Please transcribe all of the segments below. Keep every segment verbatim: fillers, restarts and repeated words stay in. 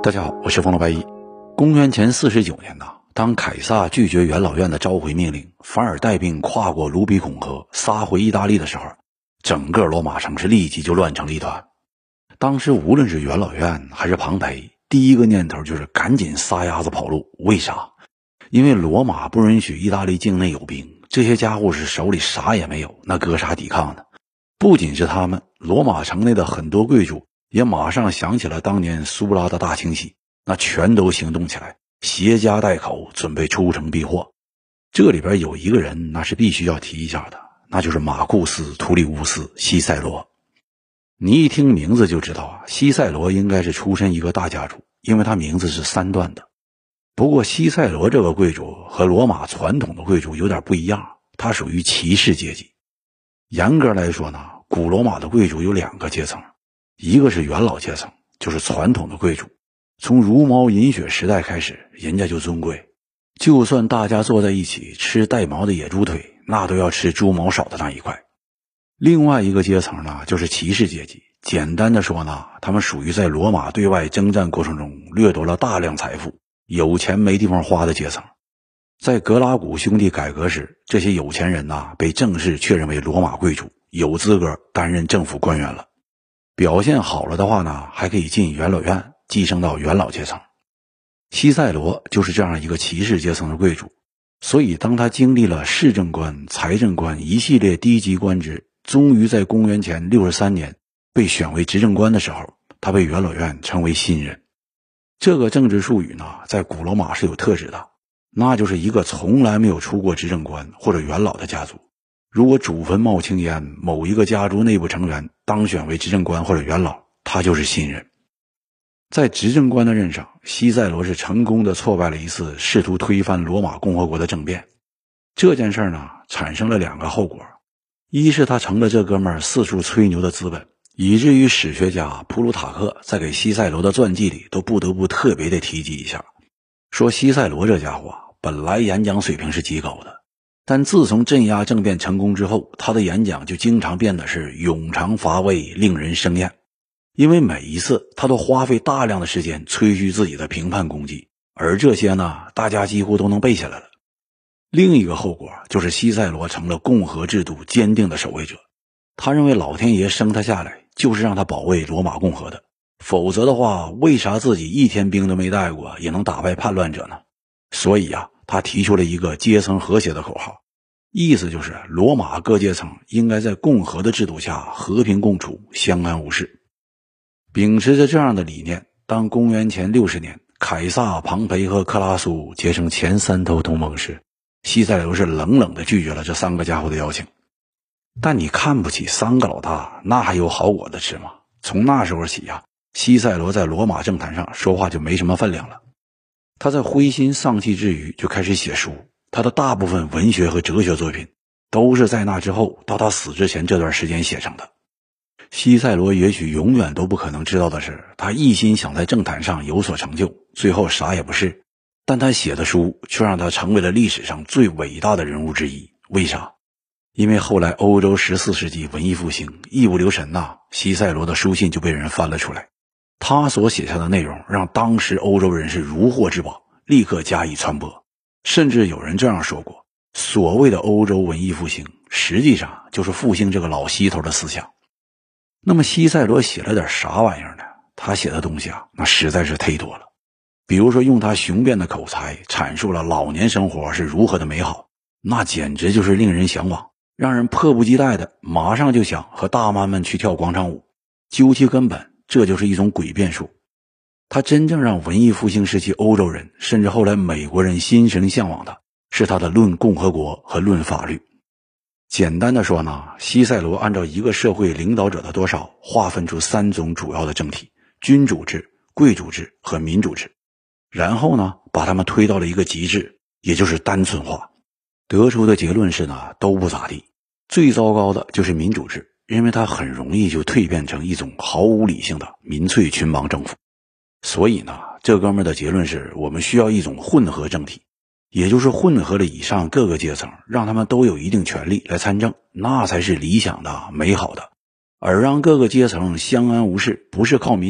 大家好，我是风罗白衣。公元前四十九年呐，当凯撒拒绝元老院的召回命令，反而带兵跨过卢比孔河杀回意大利的时候，整个罗马城市立即就乱成了一团。当时无论是元老院还是庞培，第一个念头就是赶紧撒丫子跑路。为啥？因为罗马不允许意大利境内有兵，这些家伙是手里啥也没有，那搁啥抵抗呢？不仅是他们，罗马城内的很多贵族也马上想起了当年苏拉的大清洗，那全都行动起来，携家带口，准备出城避祸。这里边有一个人那是必须要提一下的，那就是马库斯·图里乌斯·西塞罗。你一听名字就知道啊，西塞罗应该是出身一个大家族，因为他名字是三段的。不过西塞罗这个贵族和罗马传统的贵族有点不一样，他属于骑士阶级。严格来说呢，古罗马的贵族有两个阶层，一个是元老阶层，就是传统的贵族，从茹毛饮血时代开始，人家就尊贵，就算大家坐在一起吃带毛的野猪腿，那都要吃猪毛少的那一块。另外一个阶层呢，就是骑士阶级。简单的说呢，他们属于在罗马对外征战过程中掠夺了大量财富，有钱没地方花的阶层。在格拉古兄弟改革时，这些有钱人呐，被正式确认为罗马贵族，有资格担任政府官员了。表现好了的话呢，还可以进元老院，晋升到元老阶层。西塞罗就是这样一个骑士阶层的贵族，所以当他经历了市政官、财政官一系列低级官职，终于在公元前六十三年被选为执政官的时候，他被元老院称为新人。这个政治术语呢，在古罗马是有特指的，那就是一个从来没有出过执政官或者元老的家族，如果祖坟冒青烟，某一个家族内部成员当选为执政官或者元老，他就是新人。在执政官的任上，西塞罗是成功的挫败了一次试图推翻罗马共和国的政变。这件事呢，产生了两个后果。一是他成了这哥们儿四处吹牛的资本，以至于史学家普鲁塔克在给西塞罗的传记里都不得不特别的提及一下，说西塞罗这家伙啊，本来演讲水平是极高的，但自从镇压政变成功之后，他的演讲就经常变得是冗长乏味，令人生厌。因为每一次他都花费大量的时间吹嘘自己的评判功绩，而这些呢，大家几乎都能背下来了。另一个后果就是西塞罗成了共和制度坚定的守卫者，他认为老天爷生他下来就是让他保卫罗马共和的，否则的话，为啥自己一天兵都没带过也能打败叛乱者呢？所以啊，他提出了一个阶层和谐的口号，意思就是罗马各阶层应该在共和的制度下和平共处，相安无事。秉持着这样的理念，当公元前六十年凯撒、庞培和克拉苏结成前三头同盟时，西塞罗是冷冷地拒绝了这三个家伙的邀请。但你看不起三个老大，那还有好果子吃吗？从那时候起呀、啊，西塞罗在罗马政坛上说话就没什么分量了。他在灰心丧气之余就开始写书，他的大部分文学和哲学作品都是在那之后到他死之前这段时间写成的。西塞罗也许永远都不可能知道的是，他一心想在政坛上有所成就，最后啥也不是，但他写的书却让他成为了历史上最伟大的人物之一。为啥？因为后来欧洲十四世纪文艺复兴一不留神呐、啊，西塞罗的书信就被人翻了出来，他所写下的内容让当时欧洲人是如获至宝，立刻加以传播。甚至有人这样说过，所谓的欧洲文艺复兴实际上就是复兴这个老西头的思想。那么西塞罗写了点啥玩意儿呢？他写的东西啊，那实在是忒多了。比如说用他雄辩的口才阐述了老年生活是如何的美好，那简直就是令人向往，让人迫不及待的马上就想和大妈们去跳广场舞。究其根本，这就是一种诡辩术。他真正让文艺复兴时期欧洲人甚至后来美国人心神向往的是他的论共和国和论法律。简单的说呢，西塞罗按照一个社会领导者的多少划分出三种主要的政体，君主制、贵族制和民主制，然后呢把他们推到了一个极致，也就是单纯化。得出的结论是呢，都不咋地。最糟糕的就是民主制，因为它很容易就蜕变成一种毫无理性的民粹群邦政府。所以呢，这哥们的结论是，我们需要一种混合政体，也就是混合了以上各个阶层，让他们都有一定权利来参政，那才是理想的、美好的。而让各个阶层相安无事，不是靠民主，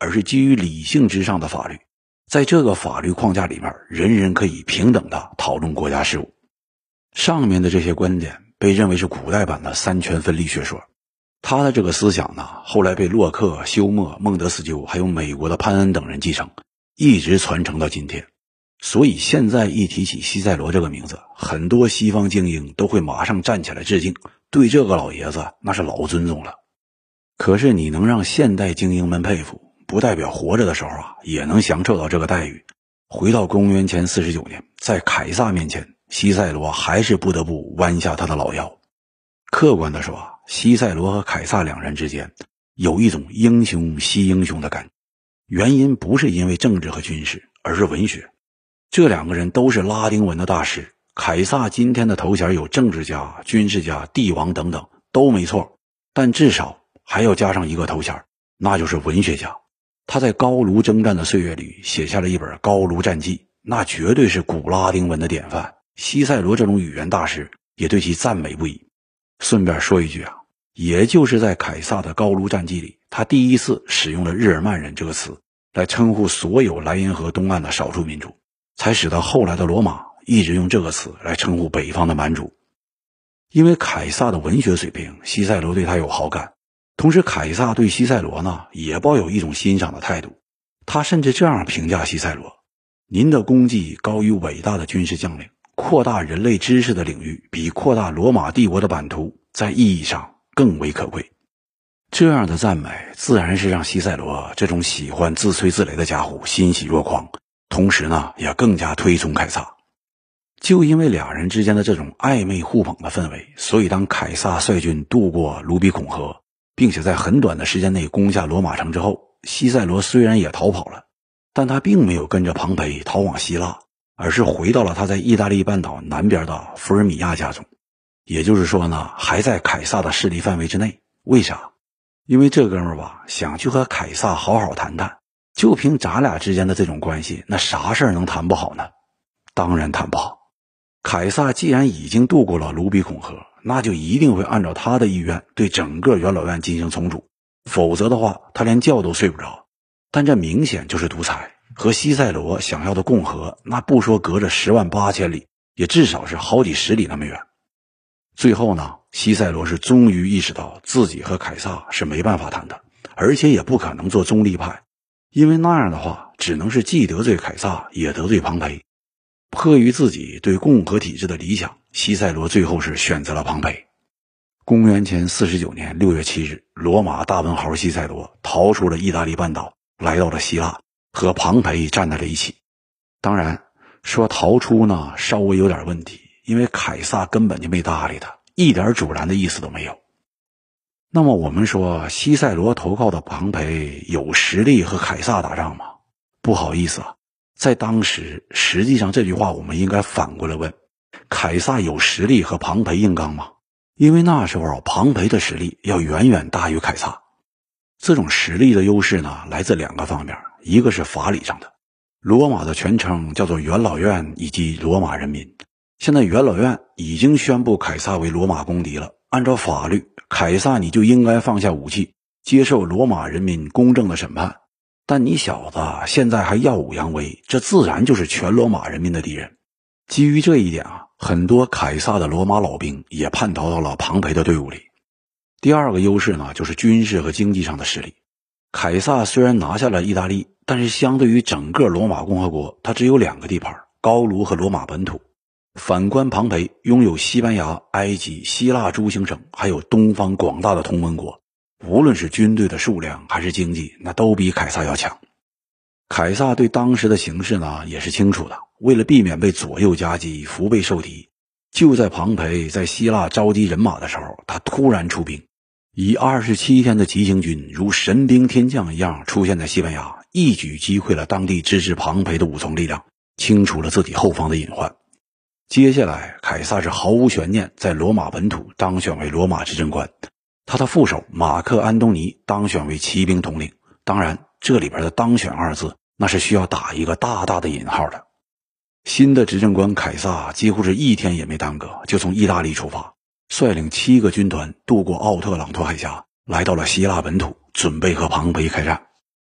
而是基于理性之上的法律。在这个法律框架里面，人人可以平等地讨论国家事务。上面的这些观点被认为是古代版的三权分立学说。他的这个思想呢，后来被洛克、休谟、孟德斯鸠还有美国的潘恩等人继承，一直传承到今天。所以现在一提起西塞罗这个名字，很多西方精英都会马上站起来致敬，对这个老爷子那是老尊重了。可是你能让现代精英们佩服，不代表活着的时候啊也能享受到这个待遇。回到公元前四十九年，在凯撒面前，西塞罗还是不得不弯下他的老腰。客观地说啊，西塞罗和凯撒两人之间有一种英雄惜英雄的感觉，原因不是因为政治和军事，而是文学。这两个人都是拉丁文的大师，凯撒今天的头衔有政治家、军事家、帝王等等都没错，但至少还要加上一个头衔，那就是文学家。他在高卢征战的岁月里写下了一本《高卢战记》，那绝对是古拉丁文的典范。西塞罗这种语言大师也对其赞美不已。顺便说一句啊，也就是在凯撒的《高卢战记》里，他第一次使用了日耳曼人这个词来称呼所有莱茵河东岸的少数民族，才使得后来的罗马一直用这个词来称呼北方的蛮族。因为凯撒的文学水平，西塞罗对他有好感，同时凯撒对西塞罗呢也抱有一种欣赏的态度。他甚至这样评价西塞罗：您的功绩高于伟大的军事将领，扩大人类知识的领域比扩大罗马帝国的版图在意义上更为可贵。这样的赞美自然是让西塞罗这种喜欢自吹自擂的家伙欣喜若狂，同时呢也更加推崇凯撒。就因为俩人之间的这种暧昧互捧的氛围，所以当凯撒率军渡过卢比孔河，并且在很短的时间内攻下罗马城之后，西塞罗虽然也逃跑了，但他并没有跟着庞培逃往希腊，而是回到了他在意大利半岛南边的福尔米亚家中。也就是说呢，还在凯撒的势力范围之内。为啥？因为这哥们儿吧，想去和凯撒好好谈谈，就凭咱俩之间的这种关系，那啥事儿能谈不好呢？当然谈不好。凯撒既然已经渡过了卢比孔河，那就一定会按照他的意愿对整个元老院进行重组，否则的话他连觉都睡不着。但这明显就是独裁，和西塞罗想要的共和，那不说隔着十万八千里，也至少是好几十里那么远。最后呢，西塞罗是终于意识到自己和凯撒是没办法谈的，而且也不可能做中立派，因为那样的话只能是既得罪凯撒也得罪庞培。迫于自己对共和体制的理想，西塞罗最后是选择了庞培。公元前四十九年六月七日，罗马大文豪西塞罗逃出了意大利半岛，来到了希腊，和庞培站在了一起。当然说逃出呢稍微有点问题，因为凯撒根本就没搭理他，一点阻拦的意思都没有。那么我们说西塞罗投靠的庞培有实力和凯撒打仗吗？不好意思啊，在当时实际上这句话我们应该反过来问，凯撒有实力和庞培硬刚吗？因为那时候庞培的实力要远远大于凯撒。这种实力的优势呢，来自两个方面，一个是法理上的，罗马的全称叫做元老院以及罗马人民。现在元老院已经宣布凯撒为罗马公敌了，按照法律，凯撒你就应该放下武器，接受罗马人民公正的审判。但你小子现在还耀武扬威，这自然就是全罗马人民的敌人。基于这一点啊，很多凯撒的罗马老兵也叛逃到了庞培的队伍里。第二个优势呢，就是军事和经济上的实力。凯撒虽然拿下了意大利，但是相对于整个罗马共和国，他只有两个地盘，高卢和罗马本土。反观庞培，拥有西班牙、埃及、希腊诸行省，还有东方广大的同盟国，无论是军队的数量还是经济，那都比凯撒要强。凯撒对当时的形势呢也是清楚的，为了避免被左右夹击、腹背受敌，就在庞培在希腊召集人马的时候，他突然出兵，以二十七天的急行军如神兵天将一样出现在西班牙，一举击溃了当地支持庞培的武装力量，清除了自己后方的隐患。接下来凯撒是毫无悬念在罗马本土当选为罗马执政官，他的副手马克安东尼当选为骑兵统领。当然这里边的当选二字那是需要打一个大大的引号的。新的执政官凯撒几乎是一天也没耽搁，就从意大利出发，率领七个军团渡过奥特朗托海峡，来到了希腊本土，准备和庞培开战。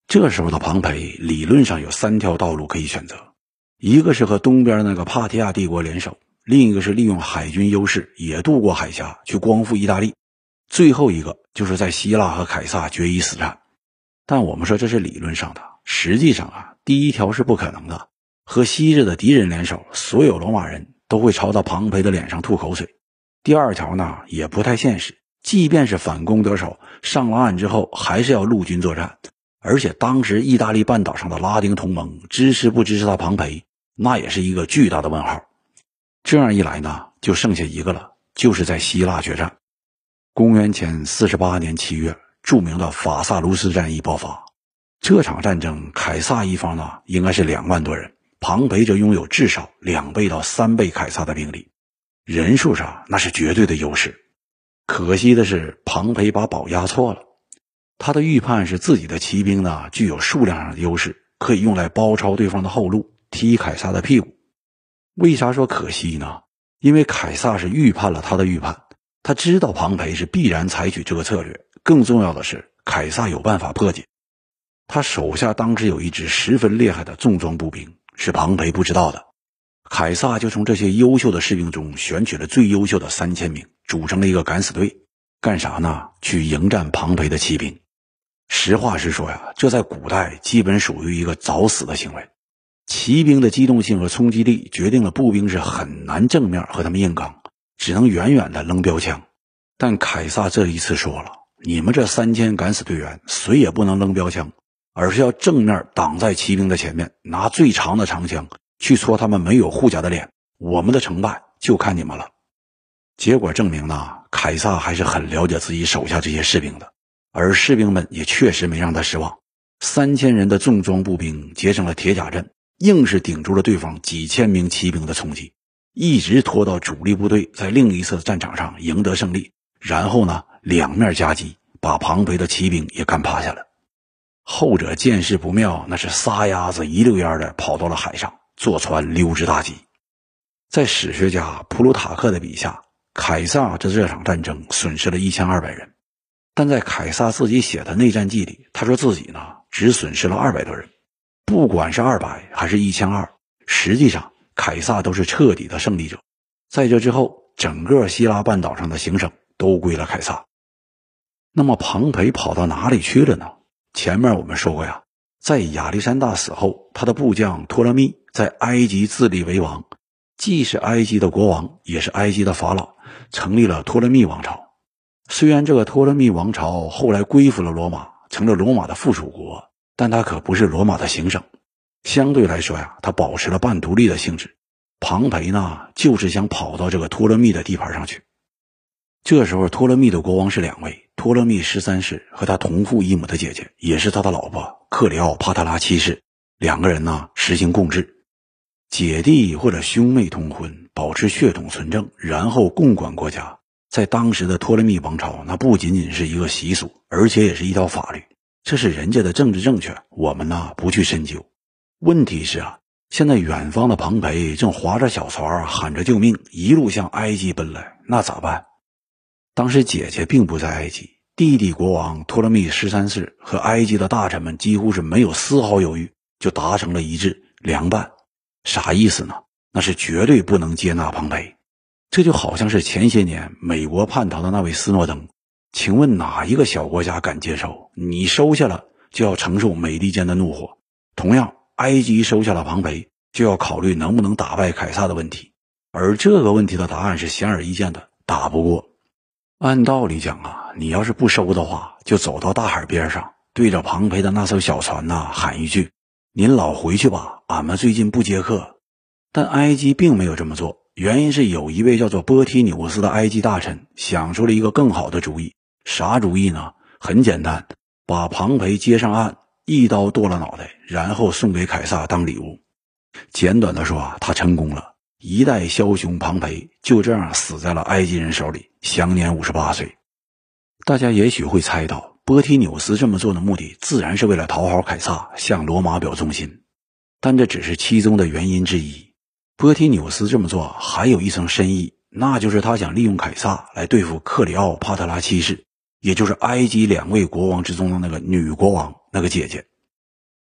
这时候的庞培理论上有三条道路可以选择，一个是和东边那个帕提亚帝国联手，另一个是利用海军优势也渡过海峡去光复意大利，最后一个就是在希腊和凯撒决一死战。但我们说这是理论上的，实际上啊，第一条是不可能的。和昔日的敌人联手，所有罗马人都会朝到庞培的脸上吐口水。第二条呢，也不太现实，即便是反攻得手，上了岸之后还是要陆军作战，而且当时意大利半岛上的拉丁同盟支持不支持他庞培，那也是一个巨大的问号。这样一来呢，就剩下一个了，就是在希腊决战。公元前四十八年七月，著名的法萨卢斯战役爆发。这场战争，凯撒一方呢应该是两万多人，庞培则拥有至少两倍到三倍凯撒的兵力，人数上那是绝对的优势。可惜的是，庞培把宝压错了。他的预判是自己的骑兵呢具有数量上的优势，可以用来包抄对方的后路，踢凯撒的屁股。为啥说可惜呢？因为凯撒是预判了他的预判，他知道庞培是必然采取这个策略，更重要的是凯撒有办法破解。他手下当时有一支十分厉害的重装步兵，是庞培不知道的。凯撒就从这些优秀的士兵中选取了最优秀的三千名，组成了一个敢死队。干啥呢？去迎战庞培的骑兵。实话实说呀，这在古代基本属于一个找死的行为。骑兵的机动性和冲击力决定了步兵是很难正面和他们硬刚，只能远远的扔标枪。但凯撒这一次说了，你们这三千敢死队员谁也不能扔标枪，而是要正面挡在骑兵的前面，拿最长的长枪去戳他们没有护甲的脸，我们的成败就看你们了。结果证明呢，凯撒还是很了解自己手下这些士兵的，而士兵们也确实没让他失望。三千人的重装步兵结成了铁甲阵，硬是顶住了对方几千名骑兵的冲击，一直拖到主力部队在另一侧战场上赢得胜利，然后呢，两面夹击，把庞培的骑兵也干趴下了。后者见势不妙，那是撒丫子一溜烟的跑到了海上，坐船溜之大吉。在史学家普鲁塔克的笔下，凯撒这这场战争损失了一千二百人，但在凯撒自己写的内战记里，他说自己呢只损失了二百多人。不管是二百还是一千二，实际上凯撒都是彻底的胜利者。在这之后，整个希腊半岛上的行省都归了凯撒。那么庞培跑到哪里去了呢？前面我们说过呀，在亚历山大死后，他的部将托勒密在埃及自立为王，既是埃及的国王，也是埃及的法老，成立了托勒密王朝。虽然这个托勒密王朝后来归附了罗马，成了罗马的附属国，但它可不是罗马的行省。相对来说呀，它保持了半独立的性质。庞培呢，就是想跑到这个托勒密的地盘上去。这时候托勒密的国王是两位，托勒密十三世和他同父异母的姐姐，也是他的老婆克里奥帕特拉七世，两个人呢实行共治，姐弟或者兄妹通婚，保持血统纯正，然后共管国家。在当时的托勒密王朝，那不仅仅是一个习俗，而且也是一条法律，这是人家的政治正确，我们呢不去深究。问题是啊，现在远方的庞培正划着小船喊着救命，一路向埃及奔来，那咋办？当时姐姐并不在埃及，弟弟国王托勒密十三世和埃及的大臣们几乎是没有丝毫犹豫，就达成了一致，凉拌。啥意思呢？那是绝对不能接纳庞培。这就好像是前些年美国叛逃的那位斯诺登，请问哪一个小国家敢接受？你收下了就要承受美利坚的怒火。同样，埃及收下了庞培，就要考虑能不能打败凯撒的问题。而这个问题的答案是显而易见的，打不过。按道理讲啊，你要是不收的话，就走到大海边上，对着庞培的那艘小船呐喊一句：您老回去吧，俺们最近不接客。但埃及并没有这么做，原因是有一位叫做波提纽斯的埃及大臣想出了一个更好的主意。啥主意呢？很简单，把庞培接上岸，一刀剁了脑袋，然后送给凯撒当礼物。简短的说啊，他成功了。一代枭雄庞培就这样死在了埃及人手里，享年五十八岁。大家也许会猜到，波提纽斯这么做的目的自然是为了讨好凯撒，向罗马表忠心，但这只是其中的原因之一。波提纽斯这么做还有一层深意，那就是他想利用凯撒来对付克里奥帕特拉七世，也就是埃及两位国王之中的那个女国王，那个姐姐。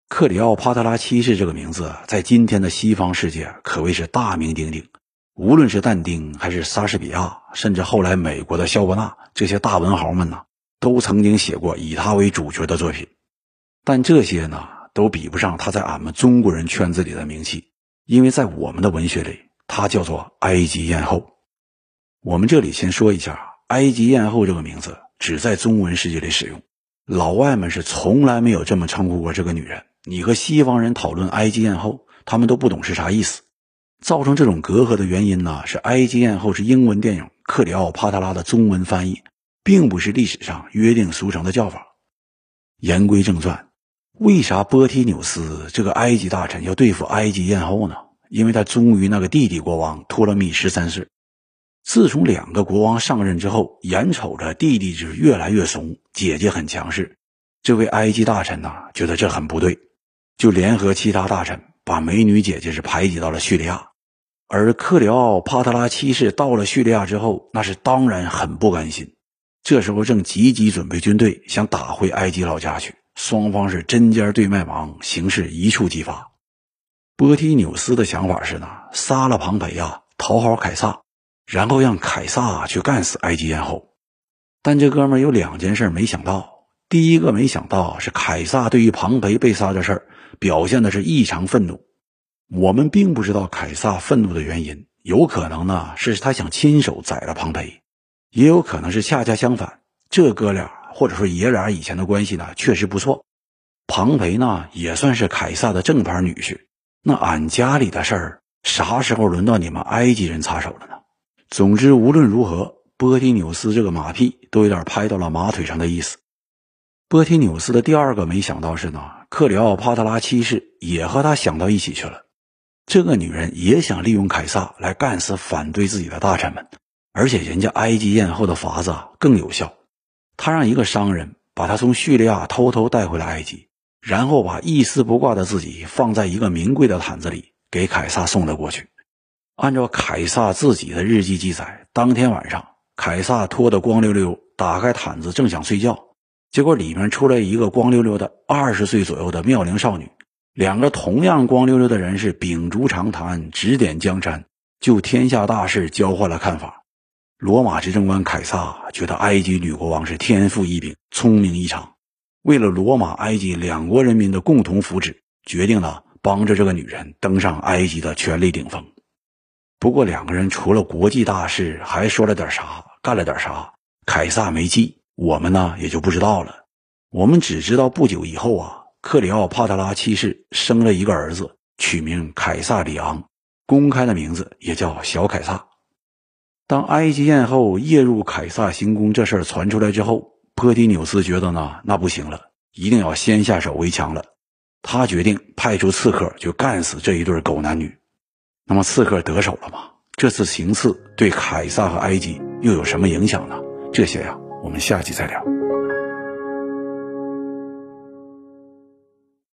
克里奥帕特拉七世这个名字在今天的西方世界可谓是大名鼎鼎，无论是但丁还是莎士比亚，甚至后来美国的肖伯纳，这些大文豪们呢，都曾经写过以他为主角的作品。但这些呢，都比不上他在俺们中国人圈子里的名气，因为在我们的文学里，他叫做埃及艳后。我们这里先说一下，埃及艳后这个名字只在中文世界里使用，老外们是从来没有这么称呼过这个女人。你和西方人讨论埃及艳后，他们都不懂是啥意思。造成这种隔阂的原因呢，是埃及艳后是英文电影《克里奥帕特拉》的中文翻译，并不是历史上约定俗成的叫法。言归正传，为啥波提纽斯这个埃及大臣要对付埃及艳后呢？因为他忠于那个弟弟国王托勒密十三世。自从两个国王上任之后，眼瞅着弟弟是越来越怂，姐姐很强势，这位埃及大臣呢，觉得这很不对，就联合其他大臣把美女姐姐是排挤到了叙利亚。而克里奥帕特拉七世到了叙利亚之后，那是当然很不甘心，这时候正积极准备军队想打回埃及老家去，双方是针尖对麦芒，形势一触即发。波提纽斯的想法是呢，杀了庞培啊，讨好凯撒，然后让凯撒去干死埃及艳后。但这哥们儿有两件事没想到，第一个没想到是凯撒对于庞培被杀的事儿表现的是异常愤怒。我们并不知道凯撒愤怒的原因，有可能呢是他想亲手宰了庞培，也有可能是恰恰相反，这哥俩或者说爷俩以前的关系呢确实不错。庞培呢也算是凯撒的正牌女婿，那俺家里的事儿啥时候轮到你们埃及人插手了呢？总之无论如何，波提纽斯这个马屁都有点拍到了马腿上的意思。波提纽斯的第二个没想到是呢，克里奥帕特拉七世也和他想到一起去了。这个女人也想利用凯撒来干死反对自己的大臣们，而且人家埃及艳后的法子更有效。她让一个商人把她从叙利亚偷偷带回了埃及，然后把一丝不挂的自己放在一个名贵的毯子里给凯撒送了过去。按照凯撒自己的日记记载，当天晚上凯撒脱得光溜溜，打开毯子正想睡觉，结果里面出来一个光溜溜的二十岁左右的妙龄少女，两个同样光溜溜的人是秉烛长谈，指点江山，就天下大事交换了看法。罗马执政官凯撒觉得埃及女国王是天赋异禀，聪明异常，为了罗马埃及两国人民的共同福祉，决定了帮着这个女人登上埃及的权力顶峰。不过两个人除了国际大事还说了点啥，干了点啥，凯撒没记，我们呢也就不知道了。我们只知道不久以后啊，克里奥帕特拉七世生了一个儿子，取名凯撒里昂，公开的名字也叫小凯撒。当埃及艳后夜入凯撒行宫这事儿传出来之后，波提纽斯觉得呢，那不行了，一定要先下手为强了。他决定派出刺客就干死这一对狗男女。那么刺客得手了吗？这次行刺对凯撒和埃及又有什么影响呢？这些呀、啊，我们下集再聊。